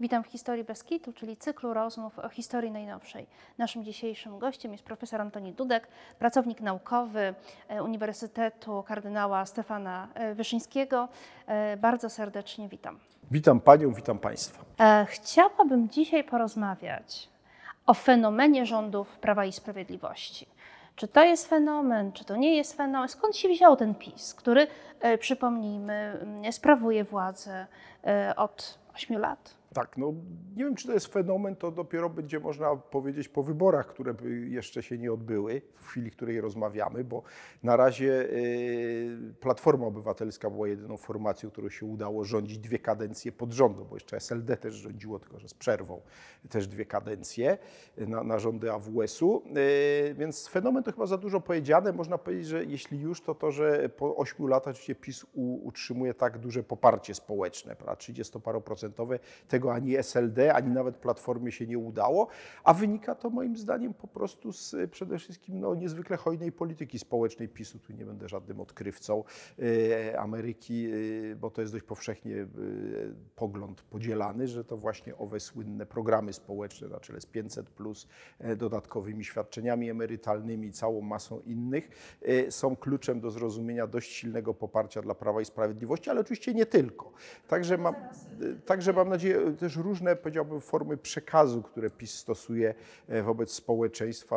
Witam w Historii bez kitu, czyli cyklu rozmów o historii najnowszej. Naszym dzisiejszym gościem jest profesor Antoni Dudek, pracownik naukowy Uniwersytetu Kardynała Stefana Wyszyńskiego. Bardzo serdecznie witam. Witam Panią, witam Państwa. Chciałabym dzisiaj porozmawiać o fenomenie rządów Prawa i Sprawiedliwości. Czy to jest fenomen, czy to nie jest fenomen? Skąd się wziął ten PiS, który, przypomnijmy, sprawuje władzę od 8 lat? Tak, no nie wiem, czy to jest fenomen, to dopiero będzie można powiedzieć po wyborach, które jeszcze się nie odbyły w chwili, w której rozmawiamy, bo na razie Platforma Obywatelska była jedyną formacją, którą się udało rządzić 2 kadencje pod rząd, bo jeszcze SLD też rządziło, tylko że z przerwą też 2 kadencje na rządy AWS-u, więc fenomen to chyba za dużo powiedziane. Można powiedzieć, że jeśli już, to że po 8 latach oczywiście PiS utrzymuje tak duże poparcie społeczne, 30-paroprocentowe. Tego ani SLD, ani nawet Platformie się nie udało, a wynika to moim zdaniem po prostu z przede wszystkim niezwykle hojnej polityki społecznej PiS-u. Tu nie będę żadnym odkrywcą Ameryki, bo to jest dość powszechnie pogląd podzielany, że to właśnie owe słynne programy społeczne na czele z 500+, dodatkowymi świadczeniami emerytalnymi, całą masą innych, są kluczem do zrozumienia dość silnego poparcia dla Prawa i Sprawiedliwości, ale oczywiście nie tylko. Także mam nadzieję, też różne, powiedziałbym, formy przekazu, które PiS stosuje wobec społeczeństwa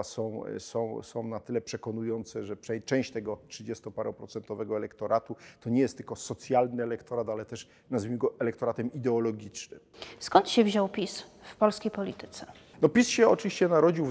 są na tyle przekonujące, że część tego 30-paroprocentowego elektoratu to nie jest tylko socjalny elektorat, ale też, nazwijmy go, elektoratem ideologicznym. Skąd się wziął PiS w polskiej polityce? No PiS się oczywiście narodził w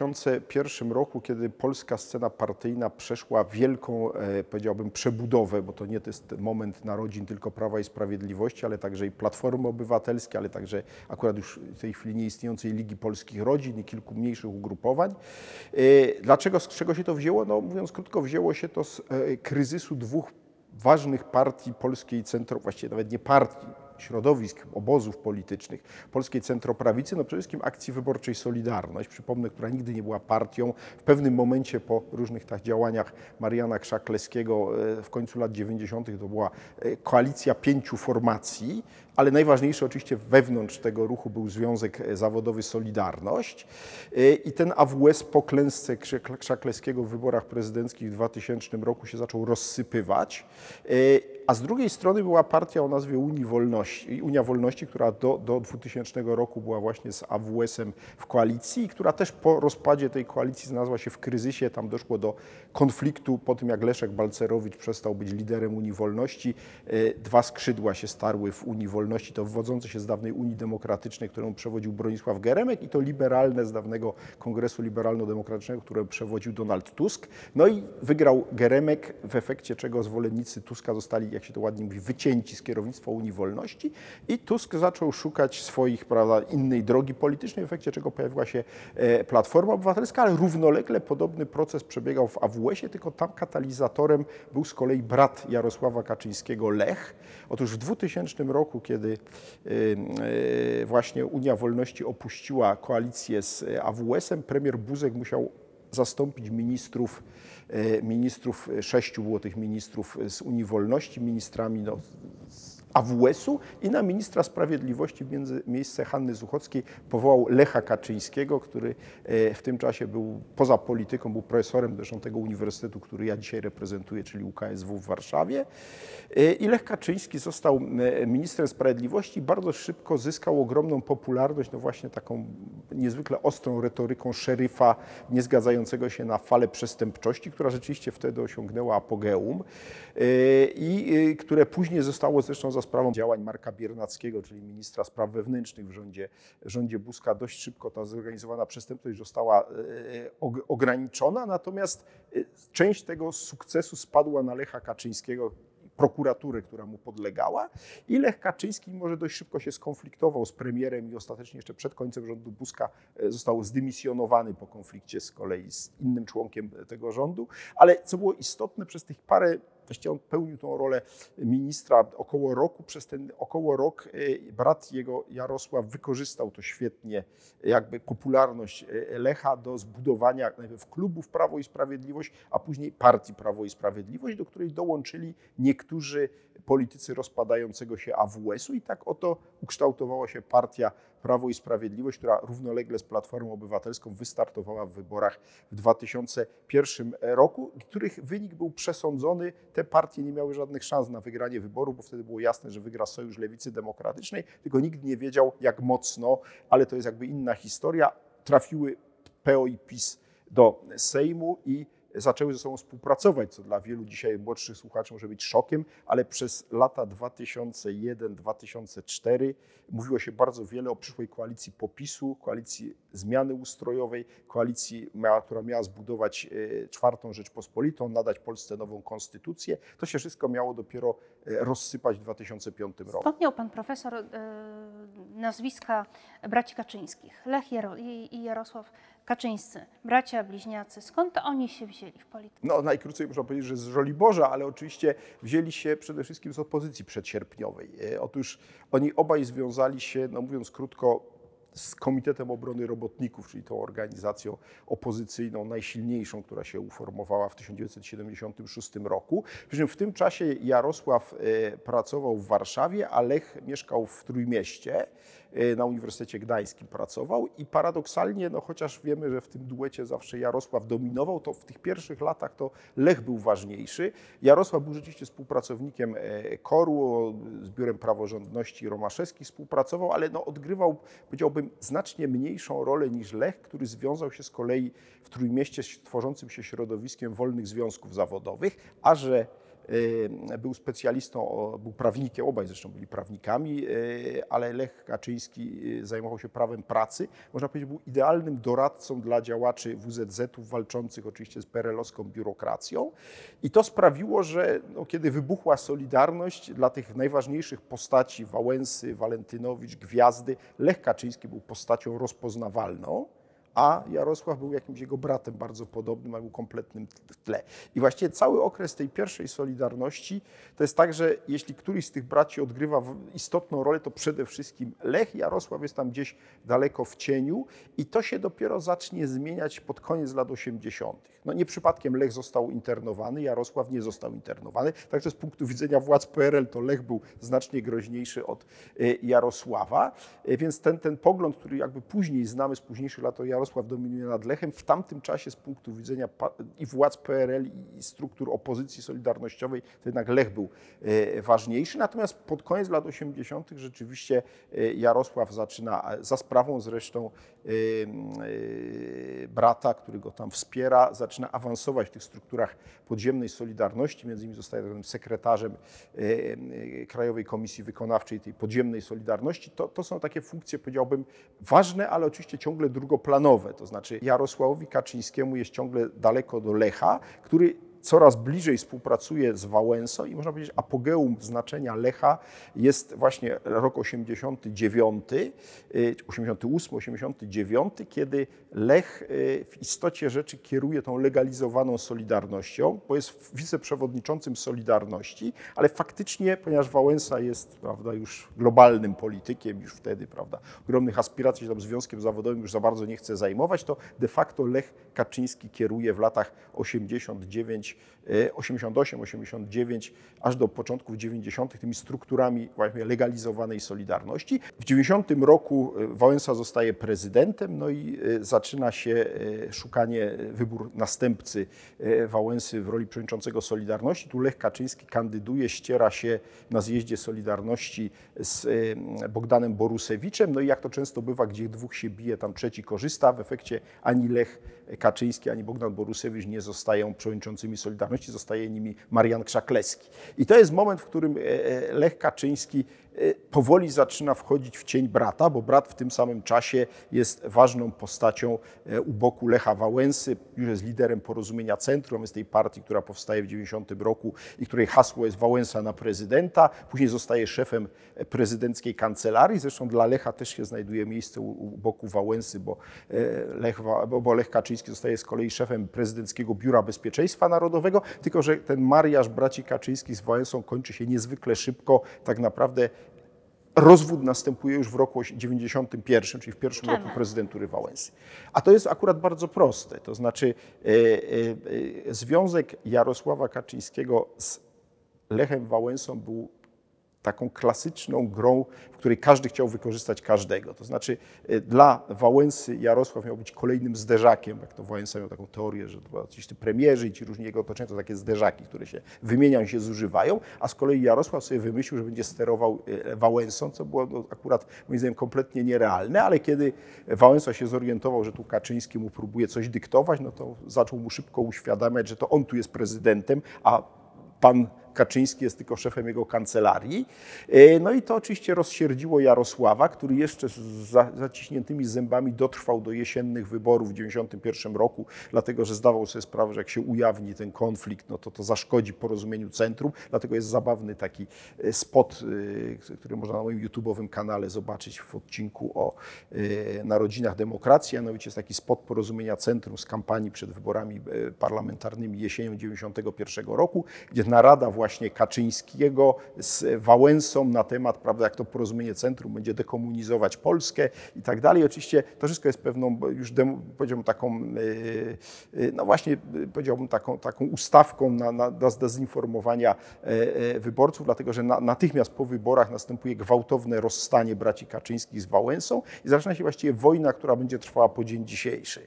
2001 roku, kiedy polska scena partyjna przeszła wielką, powiedziałbym, przebudowę, bo to nie jest moment narodzin tylko Prawa i Sprawiedliwości, ale także i Platformy Obywatelskiej, ale także akurat już w tej chwili nieistniejącej Ligi Polskich Rodzin i kilku mniejszych ugrupowań. Dlaczego, z czego się to wzięło? No mówiąc krótko, wzięło się to z kryzysu 2 ważnych partii polskiej właściwie nawet nie partii, środowisk, obozów politycznych polskiej centroprawicy, no przede wszystkim Akcji Wyborczej Solidarność, przypomnę, która nigdy nie była partią. W pewnym momencie po różnych działaniach Mariana Krzakleskiego w końcu lat 90. to była koalicja 5 formacji, ale najważniejszy oczywiście wewnątrz tego ruchu był Związek Zawodowy Solidarność i ten AWS po klęsce Krzakleskiego w wyborach prezydenckich w 2000 roku się zaczął rozsypywać, a z drugiej strony była partia o nazwie Unia Wolności, która do 2000 roku była właśnie z AWS-em w koalicji i która też po rozpadzie tej koalicji znalazła się w kryzysie. Tam doszło do konfliktu po tym, jak Leszek Balcerowicz przestał być liderem Unii Wolności. 2 skrzydła się starły w Unii Wolności, to wywodzące się z dawnej Unii Demokratycznej, którą przewodził Bronisław Geremek, i to liberalne z dawnego Kongresu Liberalno-Demokratycznego, które przewodził Donald Tusk. No i wygrał Geremek, w efekcie czego zwolennicy Tuska zostali, jak się to ładnie mówi, wycięci z kierownictwa Unii Wolności i Tusk zaczął szukać swoich, innej drogi politycznej, w efekcie czego pojawiła się Platforma Obywatelska, ale równolegle podobny proces przebiegał w AWS-ie, tylko tam katalizatorem był z kolei brat Jarosława Kaczyńskiego, Lech. Otóż w 2000 roku, kiedy właśnie Unia Wolności opuściła koalicję z AWS-em, premier Buzek musiał zastąpić ministrów 6 było tych ministrów z Unii Wolności, ministrami z AWS-u, i na ministra sprawiedliwości w miejsce Hanny Zuchockiej powołał Lecha Kaczyńskiego, który w tym czasie był poza polityką, był profesorem zresztą tego uniwersytetu, który ja dzisiaj reprezentuję, czyli UKSW w Warszawie. I Lech Kaczyński został ministrem sprawiedliwości, bardzo szybko zyskał ogromną popularność, no właśnie taką niezwykle ostrą retoryką szeryfa niezgadzającego się na falę przestępczości, która rzeczywiście wtedy osiągnęła apogeum i które później zostało zresztą za sprawą działań Marka Biernackiego, czyli ministra spraw wewnętrznych w rządzie Buzka, dość szybko ta zorganizowana przestępczość została ograniczona, natomiast część tego sukcesu spadła na Lecha Kaczyńskiego, prokuratury, która mu podlegała, i Lech Kaczyński może dość szybko się skonfliktował z premierem i ostatecznie jeszcze przed końcem rządu Buzka został zdymisjonowany po konflikcie z kolei z innym członkiem tego rządu, ale co było istotne, przez tych parę, właściwie on pełnił tą rolę ministra około roku, przez ten około rok brat jego Jarosław wykorzystał to świetnie, jakby popularność Lecha do zbudowania najpierw klubów Prawo i Sprawiedliwość, a później partii Prawo i Sprawiedliwość, do której dołączyli niektórzy politycy rozpadającego się AWS-u i tak oto ukształtowała się partia Prawo i Sprawiedliwość, która równolegle z Platformą Obywatelską wystartowała w wyborach w 2001 roku, których wynik był przesądzony. Te partie nie miały żadnych szans na wygranie wyborów, bo wtedy było jasne, że wygra Sojusz Lewicy Demokratycznej, tylko nikt nie wiedział jak mocno, ale to jest jakby inna historia. Trafiły PO i PiS do Sejmu i zaczęły ze sobą współpracować, co dla wielu dzisiaj młodszych słuchaczy może być szokiem, ale przez lata 2001-2004 mówiło się bardzo wiele o przyszłej koalicji PO-PiS-u, koalicji zmiany ustrojowej, koalicji, która miała zbudować czwartą Rzeczpospolitą, nadać Polsce nową konstytucję. To się wszystko miało dopiero rozsypać w 2005 roku. Wspomniał pan profesor nazwiska braci Kaczyńskich, Lech i Jarosław Kaczyńscy, bracia bliźniacy. Skąd oni się wzięli w polityce? No, najkrócej można powiedzieć, że z Żoliborza, ale oczywiście wzięli się przede wszystkim z opozycji przedsierpniowej. Otóż oni obaj związali się, no mówiąc krótko, z Komitetem Obrony Robotników, czyli tą organizacją opozycyjną najsilniejszą, która się uformowała w 1976 roku. Przy czym w tym czasie Jarosław pracował w Warszawie, a Lech mieszkał w Trójmieście. Na Uniwersytecie Gdańskim pracował i paradoksalnie, no chociaż wiemy, że w tym duecie zawsze Jarosław dominował, to w tych pierwszych latach to Lech był ważniejszy. Jarosław był rzeczywiście współpracownikiem KOR-u, z Biurem Praworządności Romaszewski współpracował, ale no odgrywał, powiedziałbym, znacznie mniejszą rolę niż Lech, który związał się z kolei w Trójmieście z tworzącym się środowiskiem wolnych związków zawodowych, a że był specjalistą, był prawnikiem, obaj zresztą byli prawnikami, ale Lech Kaczyński zajmował się prawem pracy. Można powiedzieć, był idealnym doradcą dla działaczy WZZ-ów walczących oczywiście z PRL-owską biurokracją. I to sprawiło, że no, kiedy wybuchła Solidarność, dla tych najważniejszych postaci Wałęsy, Walentynowicz, Gwiazdy, Lech Kaczyński był postacią rozpoznawalną, a Jarosław był jakimś jego bratem bardzo podobnym, ale był kompletnym w tle. I właściwie cały okres tej pierwszej Solidarności to jest tak, że jeśli któryś z tych braci odgrywa istotną rolę, to przede wszystkim Lech. Jarosław jest tam gdzieś daleko w cieniu i to się dopiero zacznie zmieniać pod koniec lat 80. No nie przypadkiem Lech został internowany, Jarosław nie został internowany. Także z punktu widzenia władz PRL to Lech był znacznie groźniejszy od Jarosława. Więc ten pogląd, który jakby później znamy z późniejszych lat, to Jarosław dominuje nad Lechem. W tamtym czasie z punktu widzenia i władz PRL i struktur opozycji solidarnościowej to jednak Lech był ważniejszy. Natomiast pod koniec lat 80. rzeczywiście Jarosław zaczyna, za sprawą zresztą brata, który go tam wspiera, zaczyna awansować w tych strukturach podziemnej Solidarności. Między innymi zostaje sekretarzem Krajowej Komisji Wykonawczej tej podziemnej Solidarności. To są takie funkcje, powiedziałbym, ważne, ale oczywiście ciągle drugoplanowe. To znaczy Jarosławowi Kaczyńskiemu jest ciągle daleko do Lecha, który coraz bliżej współpracuje z Wałęsą i można powiedzieć, apogeum znaczenia Lecha jest właśnie rok 89, 88, 89, kiedy Lech w istocie rzeczy kieruje tą legalizowaną Solidarnością, bo jest wiceprzewodniczącym Solidarności, ale faktycznie, ponieważ Wałęsa jest, prawda, już globalnym politykiem, już wtedy, prawda, ogromnych aspiracji się tam związkiem zawodowym już za bardzo nie chce zajmować, to de facto Lech Kaczyński kieruje w latach 88, 89, aż do początków 90. tymi strukturami właśnie legalizowanej Solidarności. W 90 roku Wałęsa zostaje prezydentem, no i zaczyna się szukanie, wybór następcy Wałęsy w roli przewodniczącego Solidarności. Tu Lech Kaczyński kandyduje, ściera się na zjeździe Solidarności z Bogdanem Borusewiczem, no i jak to często bywa, gdzie dwóch się bije, tam trzeci korzysta. W efekcie ani Lech Kaczyński, ani Bogdan Borusewicz nie zostają przewodniczącymi Solidarności, zostaje nimi Marian Krzaklewski. I to jest moment, w którym Lech Kaczyński powoli zaczyna wchodzić w cień brata, bo brat w tym samym czasie jest ważną postacią u boku Lecha Wałęsy, już jest liderem Porozumienia Centrum, jest tej partii, która powstaje w 90 roku i której hasło jest Wałęsa na prezydenta, później zostaje szefem prezydenckiej kancelarii, zresztą dla Lecha też się znajduje miejsce u boku Wałęsy, bo Lech Kaczyński zostaje z kolei szefem prezydenckiego Biura Bezpieczeństwa Narodowego, tylko że ten mariaż braci Kaczyńskich z Wałęsą kończy się niezwykle szybko, tak naprawdę rozwód następuje już w roku 91, czyli w pierwszym roku prezydentury Wałęsy. A to jest akurat bardzo proste, to znaczy związek Jarosława Kaczyńskiego z Lechem Wałęsą był taką klasyczną grą, w której każdy chciał wykorzystać każdego. To znaczy dla Wałęsy Jarosław miał być kolejnym zderzakiem, jak to Wałęsa miał taką teorię, że to ci premierzy i ci różni jego otoczenia to takie zderzaki, które się wymieniają, się zużywają, a z kolei Jarosław sobie wymyślił, że będzie sterował Wałęsą, co było akurat moim zdaniem kompletnie nierealne, ale kiedy Wałęsa się zorientował, że tu Kaczyński mu próbuje coś dyktować, no to zaczął mu szybko uświadamiać, że to on tu jest prezydentem, a pan Kaczyński jest tylko szefem jego kancelarii. No i to oczywiście rozsierdziło Jarosława, który jeszcze z zaciśniętymi zębami dotrwał do jesiennych wyborów w 1991 roku, dlatego że zdawał sobie sprawę, że jak się ujawni ten konflikt, no to zaszkodzi porozumieniu centrum. Dlatego jest zabawny taki spot, który można na moim YouTube'owym kanale zobaczyć w odcinku o narodzinach demokracji. A mianowicie jest taki spot porozumienia centrum z kampanii przed wyborami parlamentarnymi jesienią 1991 roku, gdzie narada właśnie Kaczyńskiego z Wałęsą na temat, prawda, jak to porozumienie centrum będzie dekomunizować Polskę i tak dalej. Oczywiście to wszystko jest pewną już, powiedziałbym, taką, no właśnie, powiedziałbym, taką ustawką na zdezinformowania wyborców, dlatego że natychmiast po wyborach następuje gwałtowne rozstanie braci Kaczyńskich z Wałęsą i zaczyna się właściwie wojna, która będzie trwała po dzień dzisiejszy.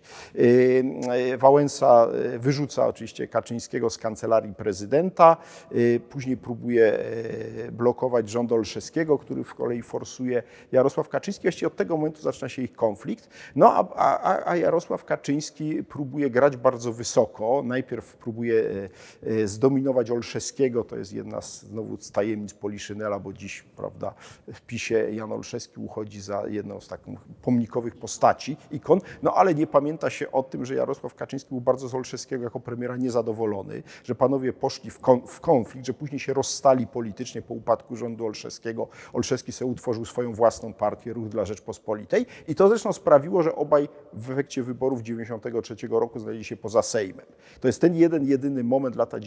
Wałęsa wyrzuca oczywiście Kaczyńskiego z kancelarii prezydenta, później próbuje blokować rząd Olszewskiego, który z kolei forsuje Jarosław Kaczyński. Właściwie od tego momentu zaczyna się ich konflikt. No a Jarosław Kaczyński próbuje grać bardzo wysoko. Najpierw próbuje zdominować Olszewskiego, to jest jedna znowu z tajemnic Poliszynela, bo dziś, prawda, w PiS-ie Jan Olszewski uchodzi za jedną z takich pomnikowych postaci, ikon, no ale nie pamięta się o tym, że Jarosław Kaczyński był bardzo z Olszewskiego jako premiera niezadowolony, że panowie poszli w konflikt, że później się rozstali politycznie po upadku rządu Olszewskiego. Olszewski sobie utworzył swoją własną partię, Ruch dla Rzeczpospolitej, i to zresztą sprawiło, że obaj w efekcie wyborów 1993 roku znaleźli się poza Sejmem. To jest ten jedyny moment, lata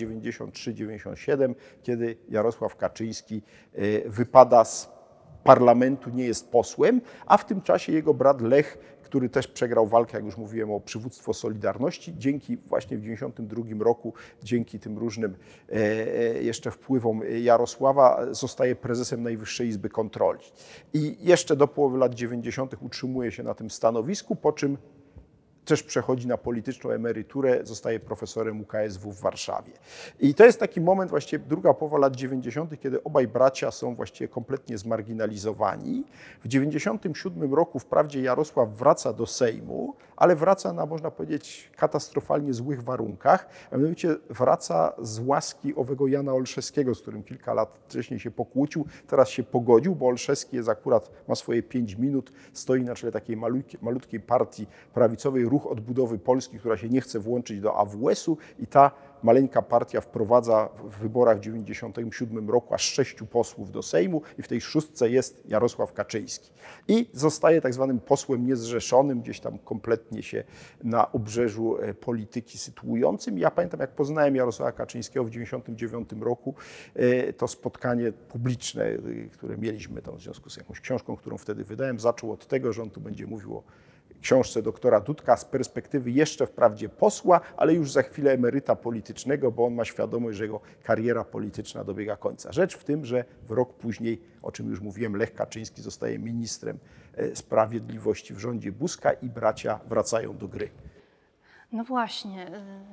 93-97, kiedy Jarosław Kaczyński wypada z parlamentu, nie jest posłem, a w tym czasie jego brat Lech, który też przegrał walkę, jak już mówiłem, o przywództwo Solidarności, dzięki właśnie w 1992 roku, dzięki tym różnym jeszcze wpływom Jarosława, zostaje prezesem Najwyższej Izby Kontroli. I jeszcze do połowy lat 90. utrzymuje się na tym stanowisku, po czym też przechodzi na polityczną emeryturę, zostaje profesorem UKSW w Warszawie. I to jest taki moment, właściwie druga połowa lat 90., kiedy obaj bracia są właściwie kompletnie zmarginalizowani. W 97 roku wprawdzie Jarosław wraca do Sejmu, ale wraca na, można powiedzieć, katastrofalnie złych warunkach, a mianowicie wraca z łaski owego Jana Olszewskiego, z którym kilka lat wcześniej się pokłócił, teraz się pogodził, bo Olszewski jest akurat, ma swoje 5 minut, stoi na czele takiej malutkiej partii prawicowej, Ruch Odbudowy Polski, która się nie chce włączyć do AWS-u, i ta maleńka partia wprowadza w wyborach w 1997 roku aż 6 posłów do Sejmu i w tej 6 jest Jarosław Kaczyński. I zostaje tak zwanym posłem niezrzeszonym, gdzieś tam kompletnie się na obrzeżu polityki sytuującym. Ja pamiętam, jak poznałem Jarosława Kaczyńskiego w 1999 roku, to spotkanie publiczne, które mieliśmy tam w związku z jakąś książką, którą wtedy wydałem, zaczął od tego, że on tu będzie mówił o książce doktora Dudka z perspektywy jeszcze wprawdzie posła, ale już za chwilę emeryta politycznego, bo on ma świadomość, że jego kariera polityczna dobiega końca. Rzecz w tym, że w rok później, o czym już mówiłem, Lech Kaczyński zostaje ministrem sprawiedliwości w rządzie Buzka i bracia wracają do gry. No właśnie.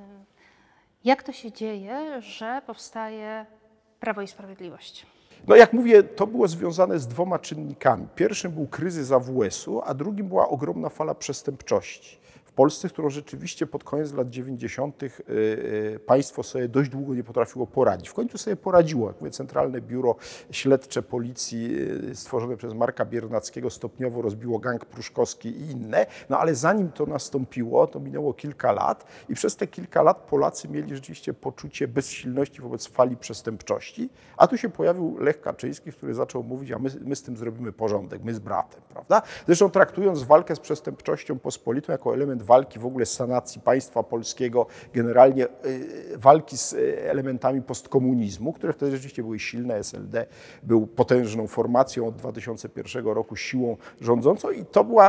Jak to się dzieje, że powstaje Prawo i Sprawiedliwość? No jak mówię, to było związane z dwoma czynnikami. Pierwszym był kryzys AWS-u, a drugim była ogromna fala przestępczości w Polsce, którą rzeczywiście pod koniec lat 90. państwo sobie dość długo nie potrafiło poradzić. W końcu sobie poradziło. Jak mówię, Centralne Biuro Śledcze Policji stworzone przez Marka Biernackiego stopniowo rozbiło gang pruszkowski i inne, no ale zanim to nastąpiło, to minęło kilka lat i przez te kilka lat Polacy mieli rzeczywiście poczucie bezsilności wobec fali przestępczości, a tu się pojawił Lech Kaczyński, który zaczął mówić, a my z tym zrobimy porządek, my z bratem, prawda? Zresztą traktując walkę z przestępczością pospolitą jako element walki w ogóle z sanacji państwa polskiego, generalnie walki z elementami postkomunizmu, które wtedy rzeczywiście były silne. SLD był potężną formacją od 2001 roku, siłą rządzącą, i to była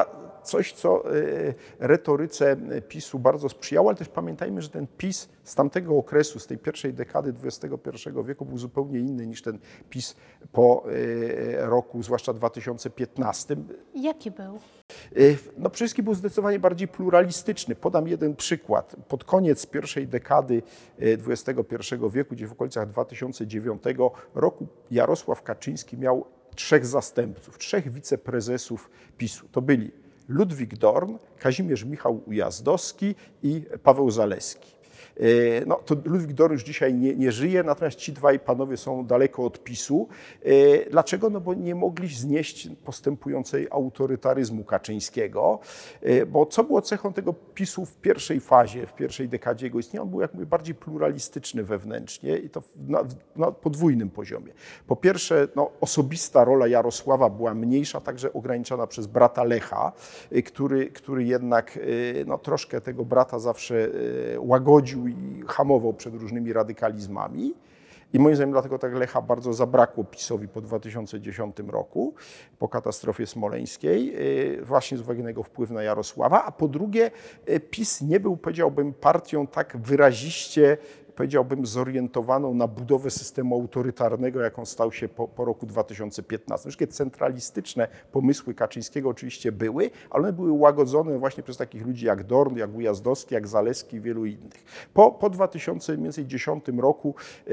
coś, co retoryce PiS-u bardzo sprzyjało, ale też pamiętajmy, że ten PiS z tamtego okresu, z tej pierwszej dekady XXI wieku był zupełnie inny niż ten PiS po roku, zwłaszcza 2015. Jaki był? No, przede wszystkim był zdecydowanie bardziej pluralistyczny. Podam jeden przykład. Pod koniec pierwszej dekady XXI wieku, gdzie w okolicach 2009 roku, Jarosław Kaczyński miał 3 zastępców, 3 wiceprezesów PiS-u. To byli Ludwik Dorn, Kazimierz Michał Ujazdowski i Paweł Zaleski. No, to Ludwik Dorn już dzisiaj nie żyje, natomiast ci dwaj panowie są daleko od PiS-u. Dlaczego? No bo nie mogli znieść postępującej autorytaryzmu Kaczyńskiego, bo co było cechą tego PiS-u w pierwszej fazie, w pierwszej dekadzie jego istnienia? On był, jak mówię, bardziej pluralistyczny wewnętrznie i to na podwójnym poziomie. Po pierwsze, no, osobista rola Jarosława była mniejsza, także ograniczana przez brata Lecha, który jednak no, troszkę tego brata zawsze łagodził i hamował przed różnymi radykalizmami. I moim zdaniem dlatego tak Lecha bardzo zabrakło PiS-owi po 2010 roku, po katastrofie smoleńskiej, właśnie z uwagi na jego wpływ na Jarosława. A po drugie, PiS nie był, powiedziałbym, partią tak wyraziście, powiedziałbym, zorientowaną na budowę systemu autorytarnego, jaką stał się po roku 2015. Wszystkie centralistyczne pomysły Kaczyńskiego oczywiście były, ale one były łagodzone właśnie przez takich ludzi jak Dorn, jak Ujazdowski, jak Zaleski i wielu innych. Po 2010 roku,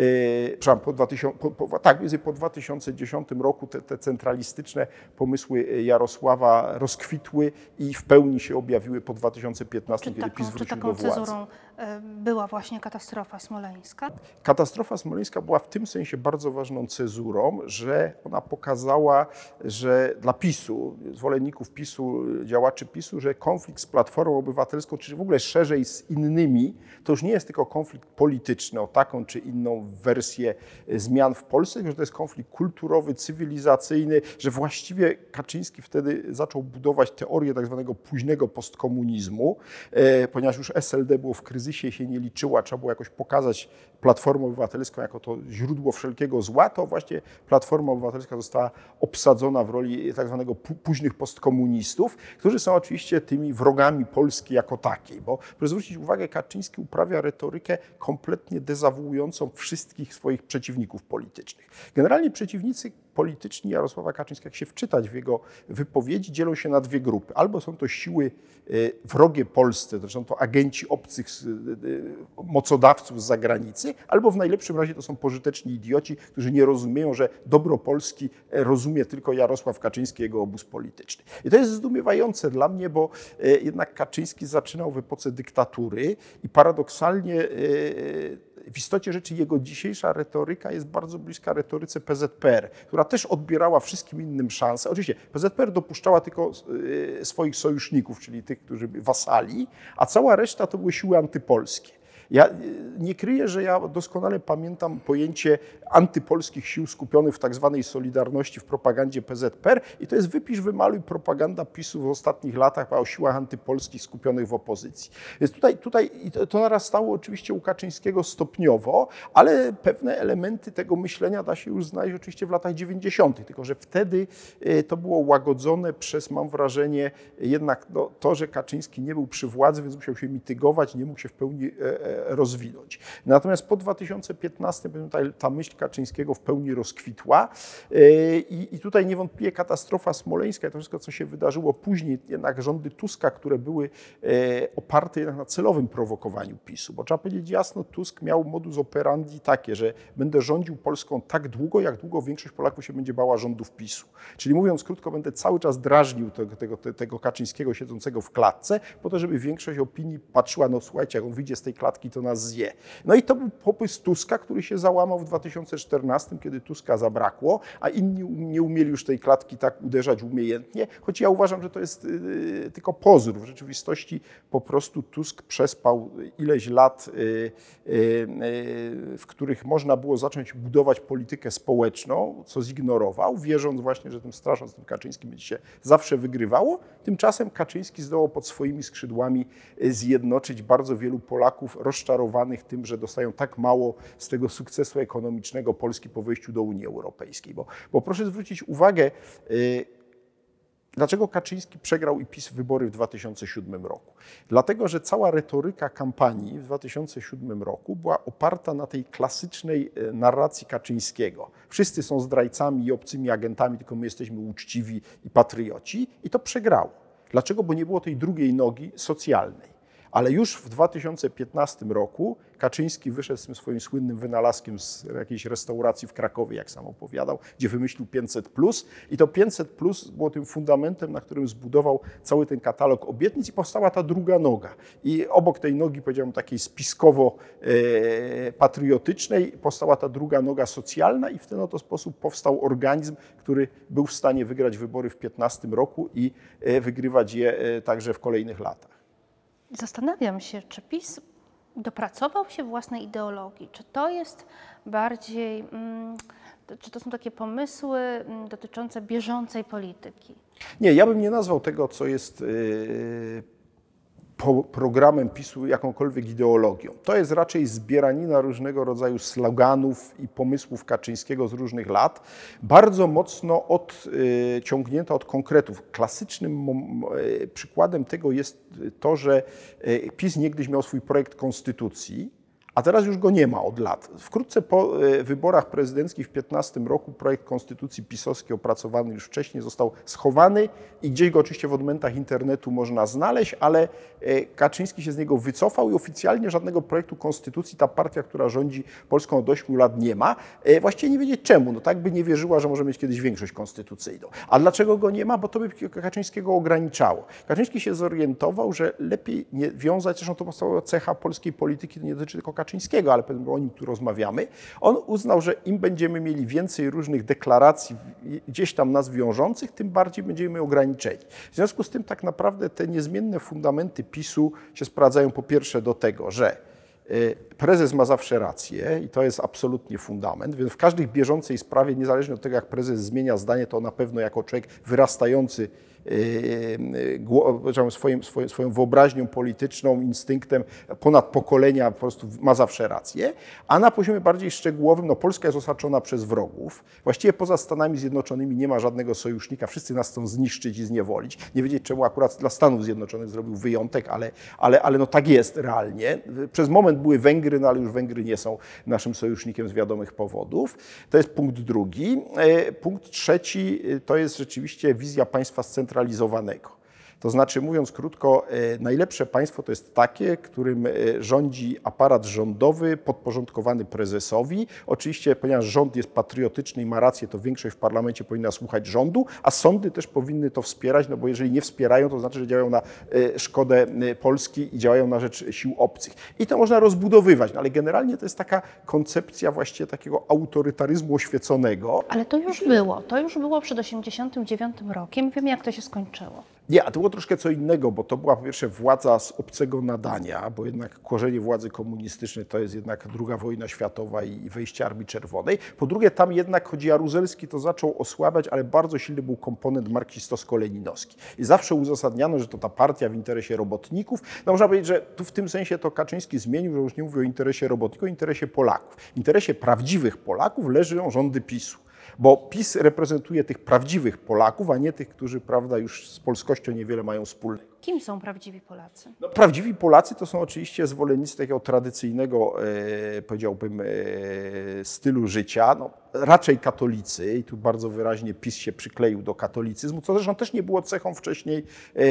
po 2010 roku te centralistyczne pomysły Jarosława rozkwitły i w pełni się objawiły po 2015, kiedy PiS wrócił do władzy. Cezurą była właśnie katastrofa smoleńska? Katastrofa smoleńska była w tym sensie bardzo ważną cezurą, że ona pokazała, że dla PiS-u, zwolenników PiS-u, działaczy PiS-u, że konflikt z Platformą Obywatelską, czy w ogóle szerzej z innymi, to już nie jest tylko konflikt polityczny o taką czy inną wersję zmian w Polsce, tylko że to jest konflikt kulturowy, cywilizacyjny, że właściwie Kaczyński wtedy zaczął budować teorię tak zwanego późnego postkomunizmu, ponieważ już SLD było w kryzysie, się nie liczyła, trzeba było jakoś pokazać Platformę Obywatelską jako to źródło wszelkiego zła, to właśnie Platforma Obywatelska została obsadzona w roli tak zwanego późnych postkomunistów, którzy są oczywiście tymi wrogami Polski jako takiej, bo proszę zwrócić uwagę, Kaczyński uprawia retorykę kompletnie dezawuującą wszystkich swoich przeciwników politycznych. Generalnie przeciwnicy polityczni Jarosława Kaczyńskiego, jak się wczytać w jego wypowiedzi, dzielą się na 2 grupy. Albo są to siły wrogie Polsce, zresztą to agenci obcych mocodawców z zagranicy, albo w najlepszym razie to są pożyteczni idioci, którzy nie rozumieją, że dobro Polski rozumie tylko Jarosław Kaczyński, jego obóz polityczny. I to jest zdumiewające dla mnie, bo jednak Kaczyński zaczynał w epoce dyktatury i paradoksalnie w istocie rzeczy jego dzisiejsza retoryka jest bardzo bliska retoryce PZPR, która też odbierała wszystkim innym szansę. Oczywiście PZPR dopuszczała tylko swoich sojuszników, czyli tych, którzy wasali, a cała reszta to były siły antypolskie. Ja nie kryję, że ja doskonale pamiętam pojęcie antypolskich sił skupionych w tak zwanej Solidarności w propagandzie PZPR i to jest wypisz, wymaluj propaganda PiS-u w ostatnich latach o siłach antypolskich skupionych w opozycji. Więc tutaj to narastało oczywiście u Kaczyńskiego stopniowo, ale pewne elementy tego myślenia da się już znaleźć oczywiście w latach 90., tylko że wtedy to było łagodzone przez, mam wrażenie, jednak to, że Kaczyński nie był przy władzy, więc musiał się mitygować, nie mógł się w pełni rozwinąć. Natomiast po 2015 ta myśl Kaczyńskiego w pełni rozkwitła i tutaj niewątpliwie katastrofa smoleńska i to wszystko, co się wydarzyło później, jednak rządy Tuska, które były oparte jednak na celowym prowokowaniu PiS-u, bo trzeba powiedzieć jasno, Tusk miał modus operandi takie, że będę rządził Polską tak długo, jak długo większość Polaków się będzie bała rządów PiS-u. Czyli mówiąc krótko, będę cały czas drażnił tego Kaczyńskiego siedzącego w klatce, po to, żeby większość opinii patrzyła, no słuchajcie, jak on wyjdzie z tej klatki, to nas zje. No i to był pomysł Tuska, który się załamał w 2014, kiedy Tuska zabrakło, a inni nie umieli już tej klatki tak uderzać umiejętnie, choć ja uważam, że to jest tylko pozór. W rzeczywistości po prostu Tusk przespał ileś lat, w których można było zacząć budować politykę społeczną, co zignorował, wierząc właśnie, że tym strasząc tym Kaczyńskim będzie się zawsze wygrywało. Tymczasem Kaczyński zdołał pod swoimi skrzydłami zjednoczyć bardzo wielu Polaków rozczarowanych tym, że dostają tak mało z tego sukcesu ekonomicznego Polski po wejściu do Unii Europejskiej. Bo proszę zwrócić uwagę, Dlaczego Kaczyński przegrał i PiS wybory w 2007 roku? Dlatego, że cała retoryka kampanii w 2007 roku była oparta na tej klasycznej narracji Kaczyńskiego. Wszyscy są zdrajcami i obcymi agentami, tylko my jesteśmy uczciwi i patrioci, i to przegrało. Dlaczego? Bo nie było tej drugiej nogi socjalnej. Ale już w 2015 roku Kaczyński wyszedł z tym swoim słynnym wynalazkiem z jakiejś restauracji w Krakowie, jak sam opowiadał, gdzie wymyślił 500+. I to 500+ było tym fundamentem, na którym zbudował cały ten katalog obietnic, i powstała ta druga noga. I obok tej nogi, powiedziałbym, takiej spiskowo-patriotycznej, powstała ta druga noga socjalna, i w ten oto sposób powstał organizm, który był w stanie wygrać wybory w 2015 roku i wygrywać je także w kolejnych latach. Zastanawiam się, czy PiS dopracował się własnej ideologii, czy to jest bardziej, czy to są takie pomysły dotyczące bieżącej polityki? Nie, ja bym nie nazwał tego, co jest programem PiS-u, jakąkolwiek ideologią. To jest raczej zbieranina różnego rodzaju sloganów i pomysłów Kaczyńskiego z różnych lat, bardzo mocno odciągnięta od konkretów. Klasycznym przykładem tego jest to, że PiS niegdyś miał swój projekt konstytucji, a teraz już go nie ma od lat. Wkrótce po wyborach prezydenckich w 2015 roku projekt konstytucji pisowski, opracowany już wcześniej, został schowany i gdzieś go oczywiście w odmętach internetu można znaleźć, ale Kaczyński się z niego wycofał i oficjalnie żadnego projektu konstytucji ta partia, która rządzi Polską od 8 lat, nie ma. Właściwie nie wiedzieć czemu. No tak by nie wierzyła, że może mieć kiedyś większość konstytucyjną. A dlaczego go nie ma? Bo to by Kaczyńskiego ograniczało. Kaczyński się zorientował, że lepiej nie wiązać, zresztą to podstawowa cecha polskiej polityki, to nie dotyczy tylko Kaczyńskiego, ale o nim tu rozmawiamy. On uznał, że im będziemy mieli więcej różnych deklaracji gdzieś tam nas wiążących, tym bardziej będziemy ograniczeni. W związku z tym tak naprawdę te niezmienne fundamenty PiS-u się sprawdzają po pierwsze do tego, że prezes ma zawsze rację i to jest absolutnie fundament, więc w każdej bieżącej sprawie, niezależnie od tego, jak prezes zmienia zdanie, to na pewno jako człowiek wyrastający swoją wyobraźnią polityczną, instynktem ponad pokolenia po prostu ma zawsze rację, a na poziomie bardziej szczegółowym, no Polska jest osaczona przez wrogów. Właściwie poza Stanami Zjednoczonymi nie ma żadnego sojusznika, wszyscy nas chcą zniszczyć i zniewolić. Nie wiedzieć, czemu akurat dla Stanów Zjednoczonych zrobił wyjątek, ale no tak jest realnie. Przez moment były Węgry, no ale już Węgry nie są naszym sojusznikiem z wiadomych powodów. To jest punkt drugi. Punkt trzeci to jest rzeczywiście wizja państwa scentralizowanego. To znaczy, mówiąc krótko, najlepsze państwo to jest takie, którym rządzi aparat rządowy podporządkowany prezesowi. Oczywiście, ponieważ rząd jest patriotyczny i ma rację, to większość w parlamencie powinna słuchać rządu, a sądy też powinny to wspierać, no bo jeżeli nie wspierają, to znaczy, że działają na szkodę Polski i działają na rzecz sił obcych. I to można rozbudowywać, no ale generalnie to jest taka koncepcja właściwie takiego autorytaryzmu oświeconego. Ale to już było przed 1989 rokiem. Wiem, jak to się skończyło. Nie, a to było troszkę co innego, bo to była po pierwsze władza z obcego nadania, bo jednak korzenie władzy komunistycznej to jest jednak II wojna światowa i wejście Armii Czerwonej. Po drugie, tam jednak, choć Jaruzelski to zaczął osłabiać, ale bardzo silny był komponent marksistowsko-leninowski. I zawsze uzasadniano, że to ta partia w interesie robotników. No można powiedzieć, że tu w tym sensie to Kaczyński zmienił, że już nie mówi o interesie robotników, o interesie Polaków. W interesie prawdziwych Polaków leżą rządy PiS-u. Bo PiS reprezentuje tych prawdziwych Polaków, a nie tych, którzy, prawda, już z polskością niewiele mają wspólnego. Kim są prawdziwi Polacy? No, prawdziwi Polacy to są oczywiście zwolennicy takiego tradycyjnego, powiedziałbym, stylu życia. No, raczej katolicy i tu bardzo wyraźnie PiS się przykleił do katolicyzmu, co zresztą też nie było cechą wcześniej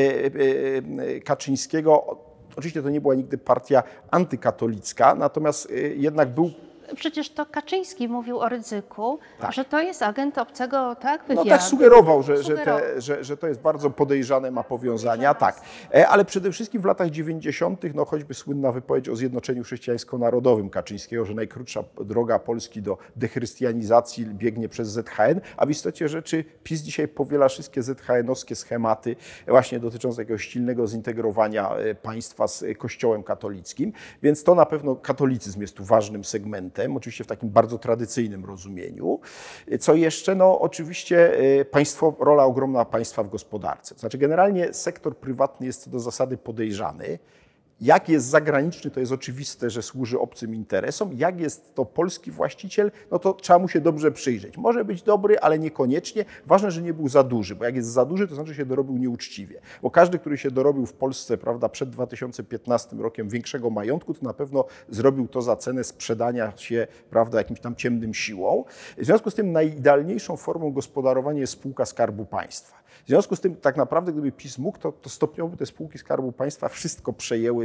Kaczyńskiego. Oczywiście to nie była nigdy partia antykatolicka, że jednak był... Przecież to Kaczyński mówił o Rydzyku, tak, że to jest agent obcego, tak? Wywiadu. No tak sugerował, że to jest bardzo podejrzane, ma powiązania, tak. Ale przede wszystkim w latach 90. no choćby słynna wypowiedź o zjednoczeniu chrześcijańsko-narodowym Kaczyńskiego, że najkrótsza droga Polski do dechrystianizacji biegnie przez ZHN, a w istocie rzeczy PiS dzisiaj powiela wszystkie ZHN-owskie schematy właśnie dotyczące jakiegoś silnego zintegrowania państwa z Kościołem katolickim, więc to na pewno katolicyzm jest tu ważnym segmentem, oczywiście w takim bardzo tradycyjnym rozumieniu. Co jeszcze? No oczywiście rola ogromna państwa w gospodarce. To znaczy generalnie sektor prywatny jest co do zasady podejrzany Jak jest zagraniczny, to jest oczywiste, że służy obcym interesom. Jak jest to polski właściciel, no to trzeba mu się dobrze przyjrzeć. Może być dobry, ale niekoniecznie. Ważne, że nie był za duży, bo jak jest za duży, to znaczy się dorobił nieuczciwie. Bo każdy, który się dorobił w Polsce, prawda, przed 2015 rokiem większego majątku, to na pewno zrobił to za cenę sprzedania się, prawda, jakimś tam ciemnym siłą. W związku z tym najidealniejszą formą gospodarowania jest spółka Skarbu Państwa. W związku z tym tak naprawdę, gdyby PiS mógł, to stopniowo te spółki Skarbu Państwa wszystko przejęły,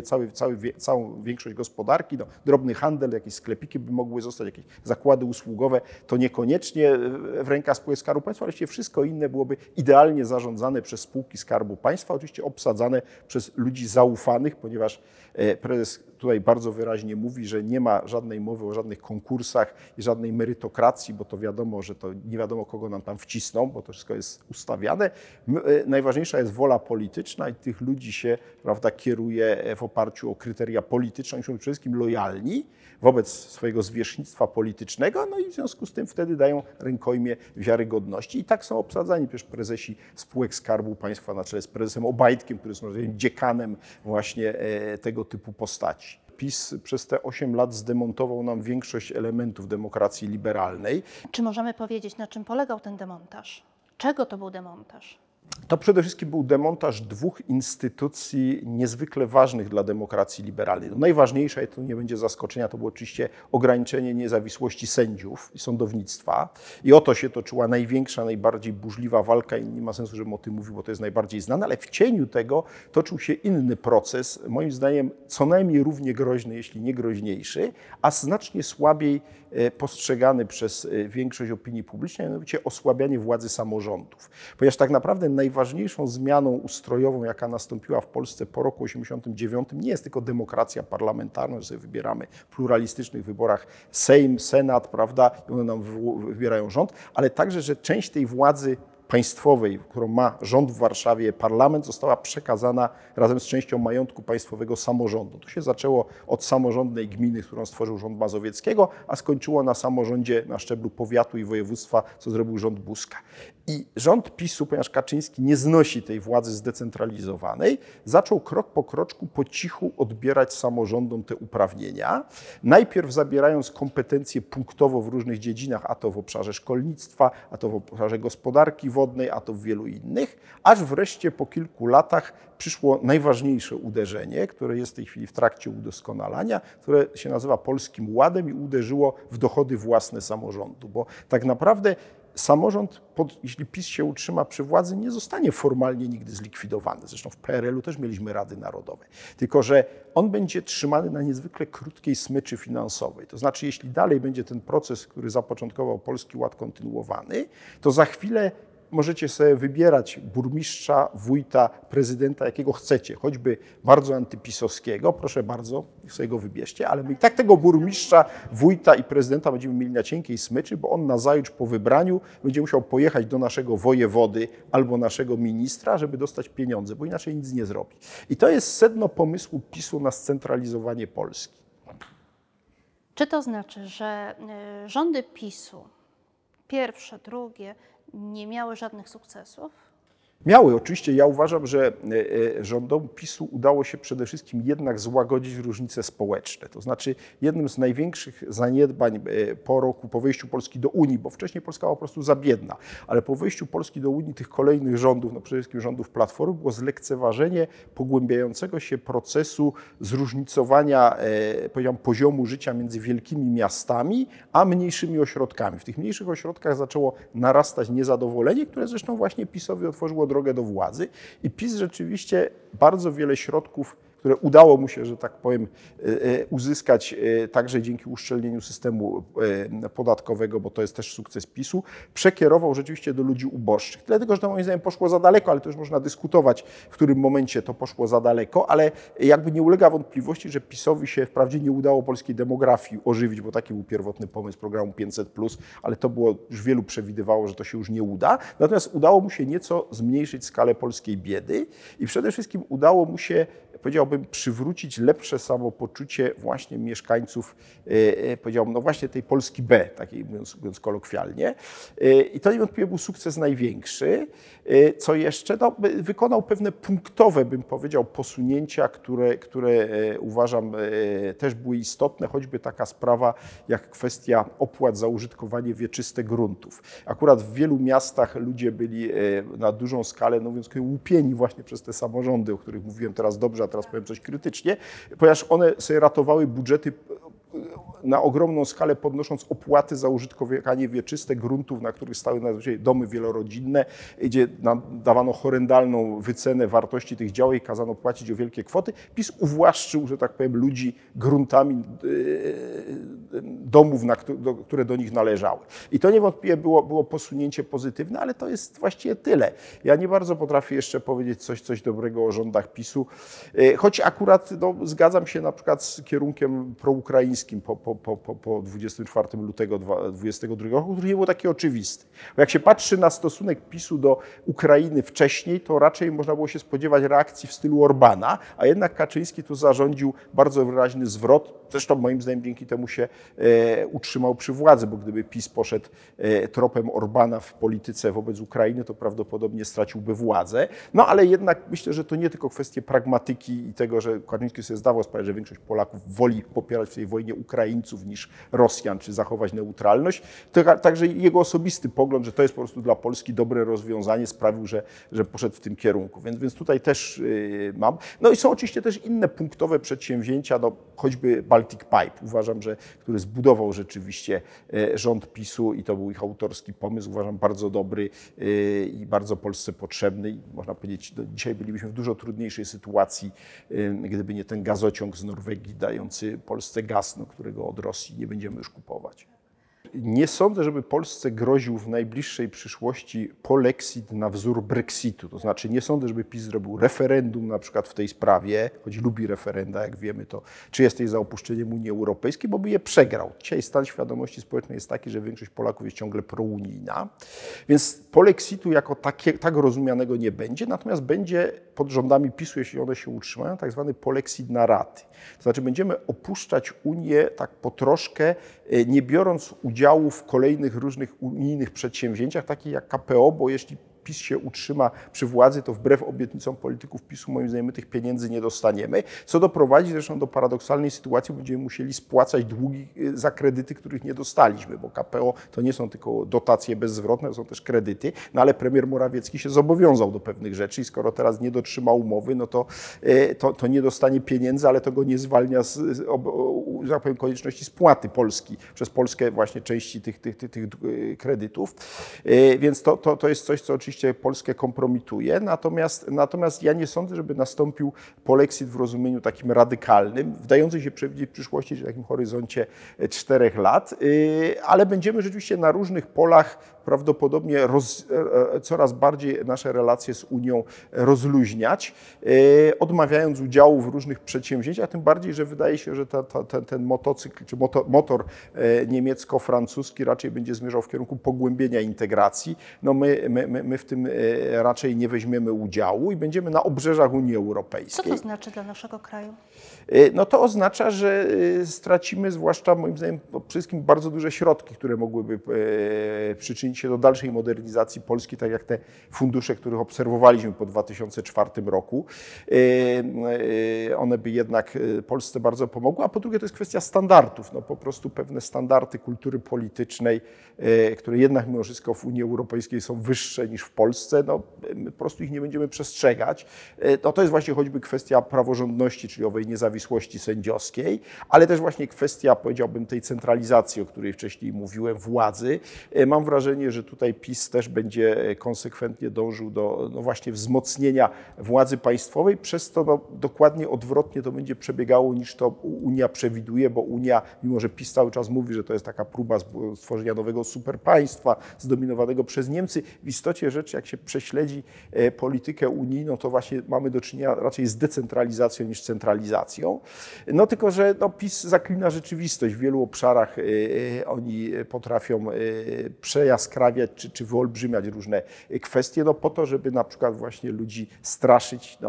całą większość gospodarki, no, drobny handel, jakieś sklepiki by mogły zostać, jakieś zakłady usługowe, to niekoniecznie w rękach spółek Skarbu Państwa, ale wszystko inne byłoby idealnie zarządzane przez spółki Skarbu Państwa, oczywiście obsadzane przez ludzi zaufanych, ponieważ prezes tutaj bardzo wyraźnie mówi, że nie ma żadnej mowy o żadnych konkursach i żadnej merytokracji, bo to wiadomo, że to nie wiadomo, kogo nam tam wcisną, bo to wszystko jest ustawiane. Najważniejsza jest wola polityczna i tych ludzi się, prawda, kieruje w oparciu o kryteria polityczne. Oni są przede wszystkim lojalni wobec swojego zwierzchnictwa politycznego, no i w związku z tym wtedy dają rękojmię wiarygodności. I tak są obsadzani przecież prezesi spółek Skarbu Państwa na czele z prezesem Obajtkiem, który jest może dziekanem właśnie tego typu postaci. PiS przez te 8 lat zdemontował nam większość elementów demokracji liberalnej. Czy możemy powiedzieć, na czym polegał ten demontaż? Czego to był demontaż? To przede wszystkim był demontaż dwóch instytucji niezwykle ważnych dla demokracji liberalnej. No najważniejsza, i to nie będzie zaskoczenia, to było oczywiście ograniczenie niezawisłości sędziów i sądownictwa. I o to się toczyła największa, najbardziej burzliwa walka i nie ma sensu, żebym o tym mówił, bo to jest najbardziej znane, ale w cieniu tego toczył się inny proces, moim zdaniem co najmniej równie groźny, jeśli nie groźniejszy, a znacznie słabiej postrzegany przez większość opinii publicznej, mianowicie osłabianie władzy samorządów. Ponieważ tak naprawdę najważniejszą zmianą ustrojową, jaka nastąpiła w Polsce po roku 1989, nie jest tylko demokracja parlamentarna, że sobie wybieramy w pluralistycznych wyborach Sejm, Senat, prawda, i one nam wybierają rząd, ale także, że część tej władzy państwowej, którą ma rząd w Warszawie, parlament, została przekazana razem z częścią majątku państwowego samorządu. To się zaczęło od samorządnej gminy, którą stworzył rząd Mazowieckiego, a skończyło na samorządzie na szczeblu powiatu i województwa, co zrobił rząd Buzka. I rząd PiS-u, ponieważ Kaczyński nie znosi tej władzy zdecentralizowanej, zaczął krok po kroczku po cichu odbierać samorządom te uprawnienia. Najpierw zabierając kompetencje punktowo w różnych dziedzinach, a to w obszarze szkolnictwa, a to w obszarze gospodarki wodnej, a to w wielu innych, aż wreszcie po kilku latach przyszło najważniejsze uderzenie, które jest w tej chwili w trakcie udoskonalania, które się nazywa Polskim Ładem i uderzyło w dochody własne samorządu, bo tak naprawdę samorząd, jeśli PiS się utrzyma przy władzy, nie zostanie formalnie nigdy zlikwidowany. Zresztą w PRL-u też mieliśmy Rady Narodowe. Tylko że on będzie trzymany na niezwykle krótkiej smyczy finansowej. To znaczy, jeśli dalej będzie ten proces, który zapoczątkował Polski Ład, kontynuowany, to za chwilę możecie sobie wybierać burmistrza, wójta, prezydenta, jakiego chcecie, choćby bardzo antypisowskiego, proszę bardzo, sobie go wybierzcie, ale my i tak tego burmistrza, wójta i prezydenta będziemy mieli na cienkiej smyczy, bo on nazajutrz po wybraniu będzie musiał pojechać do naszego wojewody albo naszego ministra, żeby dostać pieniądze, bo inaczej nic nie zrobi. I to jest sedno pomysłu PiS-u na scentralizowanie Polski. Czy to znaczy, że rządy PiS-u, pierwsze, drugie, nie miały żadnych sukcesów? Miały. Oczywiście ja uważam, że rządom PiS-u udało się przede wszystkim jednak złagodzić różnice społeczne. To znaczy jednym z największych zaniedbań po wejściu Polski do Unii, bo wcześniej Polska była po prostu za biedna, ale po wejściu Polski do Unii tych kolejnych rządów, no przede wszystkim rządów Platformy, było zlekceważenie pogłębiającego się procesu zróżnicowania, powiedziałbym, poziomu życia między wielkimi miastami a mniejszymi ośrodkami. W tych mniejszych ośrodkach zaczęło narastać niezadowolenie, które zresztą właśnie PiS-owi otworzyło drogę do władzy i PiS rzeczywiście bardzo wiele środków, które udało mu się, że tak powiem, uzyskać także dzięki uszczelnieniu systemu podatkowego, bo to jest też sukces PiS-u, przekierował rzeczywiście do ludzi uboższych. Dlatego, że to moim zdaniem poszło za daleko, ale to już można dyskutować, w którym momencie to poszło za daleko, ale jakby nie ulega wątpliwości, że PiS-owi się wprawdzie nie udało polskiej demografii ożywić, bo taki był pierwotny pomysł programu 500+, ale to było, już wielu przewidywało, że to się już nie uda. Natomiast udało mu się nieco zmniejszyć skalę polskiej biedy i przede wszystkim udało mu się powiedziałbym, przywrócić lepsze samopoczucie właśnie mieszkańców, powiedziałbym, no właśnie tej Polski B, takiej mówiąc kolokwialnie. I to niewątpliwie był sukces największy. Co jeszcze? No, wykonał pewne punktowe, bym powiedział, posunięcia, które uważam też były istotne, choćby taka sprawa jak kwestia opłat za użytkowanie wieczyste gruntów. Akurat w wielu miastach ludzie byli na dużą skalę, no więc łupieni właśnie przez te samorządy, o których mówiłem teraz dobrze, a teraz powiem coś krytycznie, ponieważ one sobie ratowały budżety na ogromną skalę, podnosząc opłaty za użytkowanie wieczyste gruntów, na których stały nazwijmy domy wielorodzinne, gdzie dawano horrendalną wycenę wartości tych działek i kazano płacić o wielkie kwoty. PiS uwłaszczył, że tak powiem, ludzi gruntami domów, które do nich należały. I to niewątpliwie było posunięcie pozytywne, ale to jest właściwie tyle. Ja nie bardzo potrafię jeszcze powiedzieć coś dobrego o rządach PiS-u, choć akurat no, zgadzam się na przykład z kierunkiem proukraińskim po 24 lutego 2022 roku, który nie był taki oczywisty. Bo jak się patrzy na stosunek PiS-u do Ukrainy wcześniej, to raczej można było się spodziewać reakcji w stylu Orbana, a jednak Kaczyński tu zarządził bardzo wyraźny zwrot. Zresztą moim zdaniem dzięki temu się utrzymał przy władzy, bo gdyby PiS poszedł tropem Orbana w polityce wobec Ukrainy, to prawdopodobnie straciłby władzę. No ale jednak myślę, że to nie tylko kwestie pragmatyki i tego, że Kaczyński sobie zdawał sprawę, że większość Polaków woli popierać w tej wojnie Ukraińców niż Rosjan, czy zachować neutralność. To także jego osobisty pogląd, że to jest po prostu dla Polski dobre rozwiązanie, sprawił, że poszedł w tym kierunku. Więc tutaj też mam. No i są oczywiście też inne punktowe przedsięwzięcia, no, choćby Baltic Pipe. Uważam, że który zbudował rzeczywiście rząd PiS-u i to był ich autorski pomysł. Uważam bardzo dobry i bardzo Polsce potrzebny. I można powiedzieć, no, dzisiaj bylibyśmy w dużo trudniejszej sytuacji, gdyby nie ten gazociąg z Norwegii dający Polsce gaz, no, którego od Rosji nie będziemy już kupować. Nie sądzę, żeby Polsce groził w najbliższej przyszłości polexit na wzór Brexitu. To znaczy nie sądzę, żeby PiS zrobił referendum na przykład w tej sprawie, choć lubi referenda, jak wiemy, to czy jesteś za opuszczeniem Unii Europejskiej, bo by je przegrał. Dzisiaj stan świadomości społecznej jest taki, że większość Polaków jest ciągle prounijna, więc polexitu jako tak rozumianego nie będzie, natomiast będzie pod rządami PiS-u, jeśli one się utrzymają, tak zwany polexit na raty. To znaczy będziemy opuszczać Unię tak po troszkę, nie biorąc udziału w kolejnych różnych unijnych przedsięwzięciach, takich jak KPO, bo jeśli PiS się utrzyma przy władzy, to wbrew obietnicom polityków PiS-u, moim zdaniem, my tych pieniędzy nie dostaniemy, co doprowadzi zresztą do paradoksalnej sytuacji, bo będziemy musieli spłacać długi za kredyty, których nie dostaliśmy, bo KPO to nie są tylko dotacje bezzwrotne, to są też kredyty, no ale premier Morawiecki się zobowiązał do pewnych rzeczy i skoro teraz nie dotrzyma umowy, no to nie dostanie pieniędzy, ale to go nie zwalnia z że tak powiem, konieczności spłaty Polski przez Polskę właśnie części tych kredytów, więc to jest coś, co oczywiście Polskę kompromituje, natomiast ja nie sądzę, żeby nastąpił polexit w rozumieniu takim radykalnym, wdający się przewidzieć w przyszłości, czy w takim horyzoncie 4 lat, ale będziemy rzeczywiście na różnych polach prawdopodobnie coraz bardziej nasze relacje z Unią rozluźniać, odmawiając udziału w różnych przedsięwzięciach, tym bardziej, że wydaje się, że ten motocykl, czy motor niemiecko-francuski raczej będzie zmierzał w kierunku pogłębienia integracji. No my w tym raczej nie weźmiemy udziału i będziemy na obrzeżach Unii Europejskiej. Co to znaczy dla naszego kraju? No to oznacza, że stracimy zwłaszcza moim zdaniem przede wszystkim bardzo duże środki, które mogłyby przyczynić się do dalszej modernizacji Polski, tak jak te fundusze, których obserwowaliśmy po 2004 roku. One by jednak Polsce bardzo pomogły, a po drugie to jest kwestia standardów. No po prostu pewne standardy kultury politycznej, które jednak mimo wszystko w Unii Europejskiej są wyższe niż w Polsce, no my po prostu ich nie będziemy przestrzegać. No to jest właśnie choćby kwestia praworządności, czyli owej niezawisłości sędziowskiej, ale też właśnie kwestia, powiedziałbym, tej centralizacji, o której wcześniej mówiłem, władzy. Mam wrażenie, że tutaj PiS też będzie konsekwentnie dążył do no właśnie wzmocnienia władzy państwowej, przez to no, dokładnie odwrotnie to będzie przebiegało niż to Unia przewiduje, bo Unia, mimo że PiS cały czas mówi, że to jest taka próba stworzenia nowego superpaństwa zdominowanego przez Niemcy, w istocie rzeczy rzeczy, jak się prześledzi politykę unijną, to właśnie mamy do czynienia raczej z decentralizacją niż centralizacją. No tylko, że PiS zaklina rzeczywistość. W wielu obszarach oni potrafią przejaskrawiać czy wyolbrzymiać różne kwestie, po to, żeby na przykład właśnie ludzi straszyć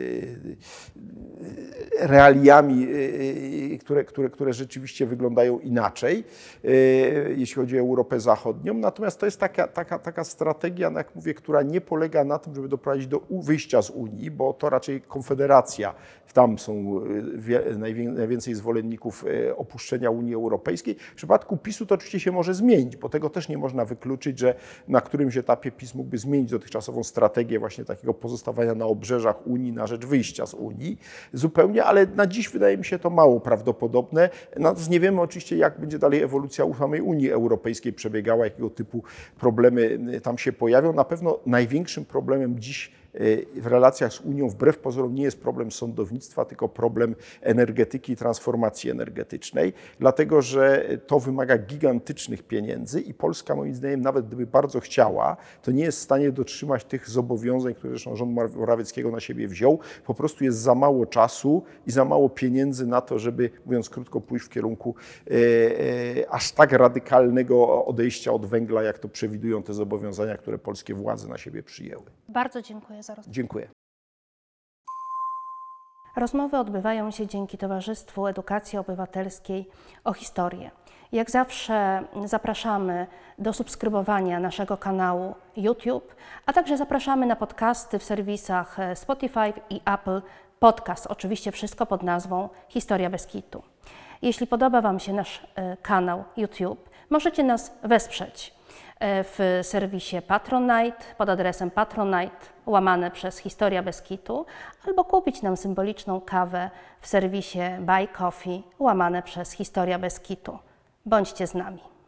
realiami, które rzeczywiście wyglądają inaczej, jeśli chodzi o Europę Zachodnią. Natomiast to jest taka strategia, jak mówię, która nie polega na tym, żeby doprowadzić do wyjścia z Unii, bo to raczej Konfederacja, tam są najwięcej zwolenników opuszczenia Unii Europejskiej. W przypadku PiS-u to oczywiście się może zmienić, bo tego też nie można wykluczyć, że na którymś etapie PiS mógłby zmienić dotychczasową strategię właśnie takiego pozostawania na obrzeżach Unii na rzecz wyjścia z Unii zupełnie, ale na dziś wydaje mi się to mało prawdopodobne. Natomiast nie wiemy oczywiście, jak będzie dalej ewolucja samej Unii Europejskiej przebiegała, jakiego typu problemy tam się pojawią. Na pewno największym problemem dziś w relacjach z Unią wbrew pozorom nie jest problem sądownictwa, tylko problem energetyki i transformacji energetycznej, dlatego że to wymaga gigantycznych pieniędzy i Polska moim zdaniem nawet gdyby bardzo chciała, to nie jest w stanie dotrzymać tych zobowiązań, które zresztą rząd Morawieckiego na siebie wziął. Po prostu jest za mało czasu i za mało pieniędzy na to, żeby, mówiąc krótko, pójść w kierunku aż tak radykalnego odejścia od węgla, jak to przewidują te zobowiązania, które polskie władze na siebie przyjęły. Bardzo dziękuję za rozmowę. Dziękuję. Rozmowy odbywają się dzięki Towarzystwu Edukacji Obywatelskiej o historię. Jak zawsze zapraszamy do subskrybowania naszego kanału YouTube, a także zapraszamy na podcasty w serwisach Spotify i Apple Podcast. Oczywiście wszystko pod nazwą Historia bez kitu. Jeśli podoba Wam się nasz kanał YouTube, możecie nas wesprzeć w serwisie Patronite pod adresem patronite/Historia bez kitu albo kupić nam symboliczną kawę w serwisie Buy Coffee /Historia bez kitu. Bądźcie z nami.